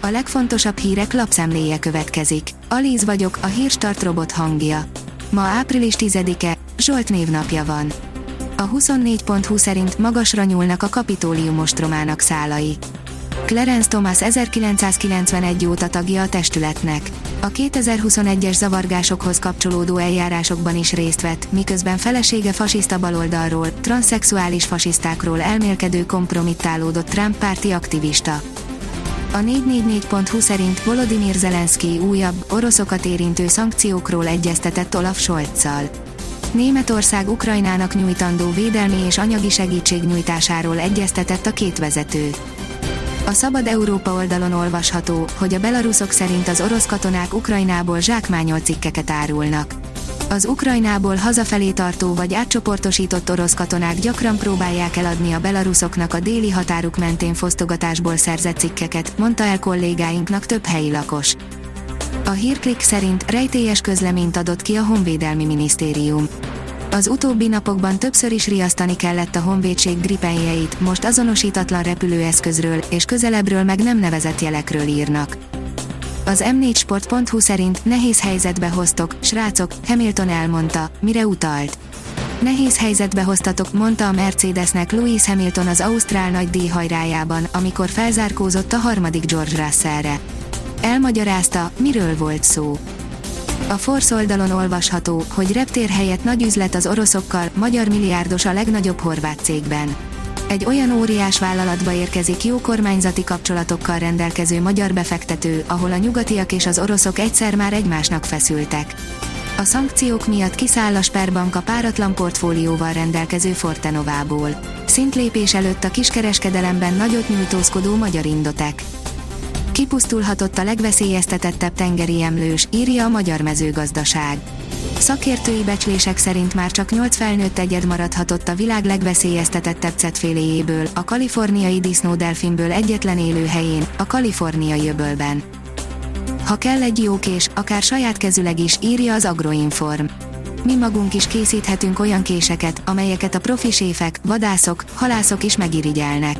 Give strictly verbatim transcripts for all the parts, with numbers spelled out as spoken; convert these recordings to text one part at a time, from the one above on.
A legfontosabb hírek lapszemléje következik. Alíz vagyok, a Hírstart robot hangja. Ma április tizedike, Zsolt névnapja van. A huszonnégy pont hu szerint magasra nyúlnak a Kapitólium ostromának szálai. Clarence Thomas ezerkilencszázkilencvenegy óta tagja a testületnek. A kétezer-huszonegyes zavargásokhoz kapcsolódó eljárásokban is részt vett, miközben felesége fasiszta baloldalról, transzszexuális fasisztákról elmélkedő kompromittálódott Trump párti aktivista. A négy négy négy pont hu szerint Volodymyr Zelenszkij újabb, oroszokat érintő szankciókról egyeztetett Olaf Scholzzal. Németország Ukrajnának nyújtandó védelmi és anyagi segítségnyújtásáról egyeztetett a két vezető. A Szabad Európa oldalon olvasható, hogy a belaruszok szerint az orosz katonák Ukrajnából zsákmányolt cikkeket árulnak. Az Ukrajnából hazafelé tartó vagy átcsoportosított orosz katonák gyakran próbálják eladni a belaruszoknak a déli határuk mentén fosztogatásból szerzett cikkeket, mondta el kollégáinknak több helyi lakos. A Hírklik szerint rejtélyes közleményt adott ki a Honvédelmi Minisztérium. Az utóbbi napokban többször is riasztani kellett a honvédség gripenjeit, most azonosítatlan repülőeszközről, és közelebbről meg nem nevezett jelekről írnak. Az em négy sport pont hu szerint nehéz helyzetbe hoztok, srácok, Hamilton elmondta, mire utalt. Nehéz helyzetbe hoztatok, mondta a Mercedesnek Lewis Hamilton az ausztrál nagydíj hajrájában, amikor felzárkózott a harmadik George Russellre. Elmagyarázta, miről volt szó. A Force oldalon olvasható, hogy reptér helyett nagy üzlet az oroszokkal, magyar milliárdos a legnagyobb horvát cégben. Egy olyan óriás vállalatba érkezik jó kormányzati kapcsolatokkal rendelkező magyar befektető, ahol a nyugatiak és az oroszok egyszer már egymásnak feszültek. A szankciók miatt kiszáll a Sberbank a páratlan portfólióval rendelkező Fortenovából. Szintlépés előtt a kiskereskedelemben nagyot nyújtózkodó magyar Indotek. Kipusztulhatott a legveszélyeztetettebb tengeri emlős, írja a Magyar Mezőgazdaság. Szakértői becslések szerint már csak nyolc felnőtt egyed maradhatott a világ legveszélyeztetettebb cetféléjéből, a kaliforniai disznódelfinből egyetlen élőhelyén, a kaliforniai öbölben. Ha kell egy jó kés, akár saját kezüleg is, írja az Agroinform. Mi magunk is készíthetünk olyan késeket, amelyeket a profi séfek, vadászok, halászok is megirigyelnek.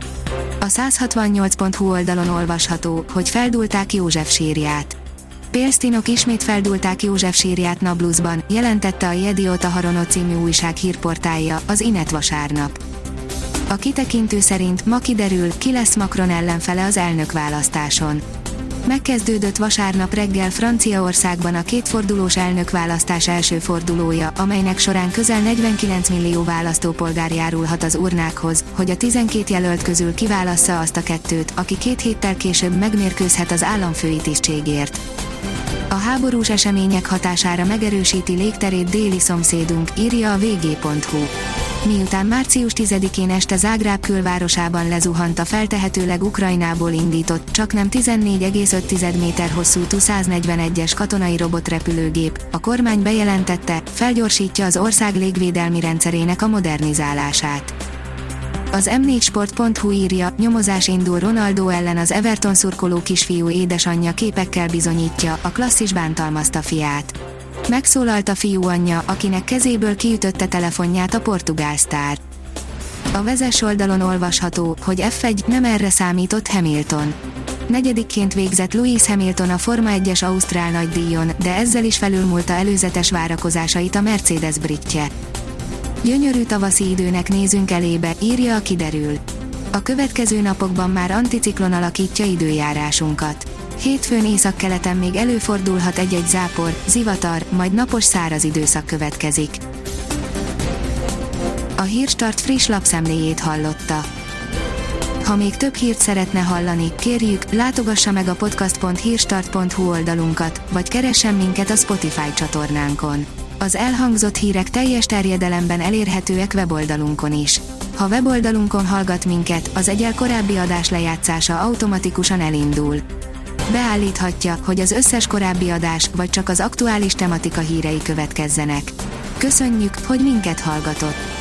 A száz hatvannyolc pont hu oldalon olvasható, hogy feldúlták József sírját. Pélsztinok ismét feldúlták József sírját Nabluszban, jelentette a Jediot a Haronot című újság hírportálja, az Inet vasárnap. A kitekintő szerint ma kiderül, ki lesz Macron ellenfele az elnökválasztáson. Megkezdődött vasárnap reggel Franciaországban a kétfordulós elnökválasztás első fordulója, amelynek során közel negyvenkilenc millió választópolgár járulhat az urnákhoz, hogy a tizenkét jelölt közül kiválassza azt a kettőt, aki két héttel később megmérkőzhet az államfői tisztségért. A háborús események hatására megerősíti légterét déli szomszédunk, írja a vé gé pont hu. Miután március tizedikén este Zágráb külvárosában lezuhant a feltehetőleg Ukrajnából indított, csaknem tizennégy egész öt méter hosszú tu száznegyvenegyes katonai robotrepülőgép, a kormány bejelentette, felgyorsítja az ország légvédelmi rendszerének a modernizálását. Az em négy sport pont hu írja, nyomozás indul Ronaldo ellen, az Everton szurkoló kisfiú édesanyja képekkel bizonyítja, a klasszis bántalmazta fiát. Megszólalt a fiú anyja, akinek kezéből kiütötte telefonját a portugál sztár. A Vezess oldalon olvasható, hogy ef egy, nem erre számított Hamilton. Negyedikként végzett Lewis Hamilton a Forma egyes ausztrál nagydíjon, de ezzel is felülmúlta előzetes várakozásait a Mercedes britje. Gyönyörű tavaszi időnek nézünk elébe, írja a Kiderül. A következő napokban már anticiklon alakítja időjárásunkat. Hétfőn északkeleten még előfordulhat egy-egy zápor, zivatar, majd napos száraz időszak következik. A Hírstart friss lapszemléjét hallotta. Ha még több hírt szeretne hallani, kérjük, látogassa meg a podcast pont hírstart pont hu oldalunkat, vagy keressen minket a Spotify csatornánkon. Az elhangzott hírek teljes terjedelemben elérhetőek weboldalunkon is. Ha weboldalunkon hallgat minket, az egyel korábbi adás lejátszása automatikusan elindul. Beállíthatja, hogy az összes korábbi adás, vagy csak az aktuális tematika hírei következzenek. Köszönjük, hogy minket hallgatott!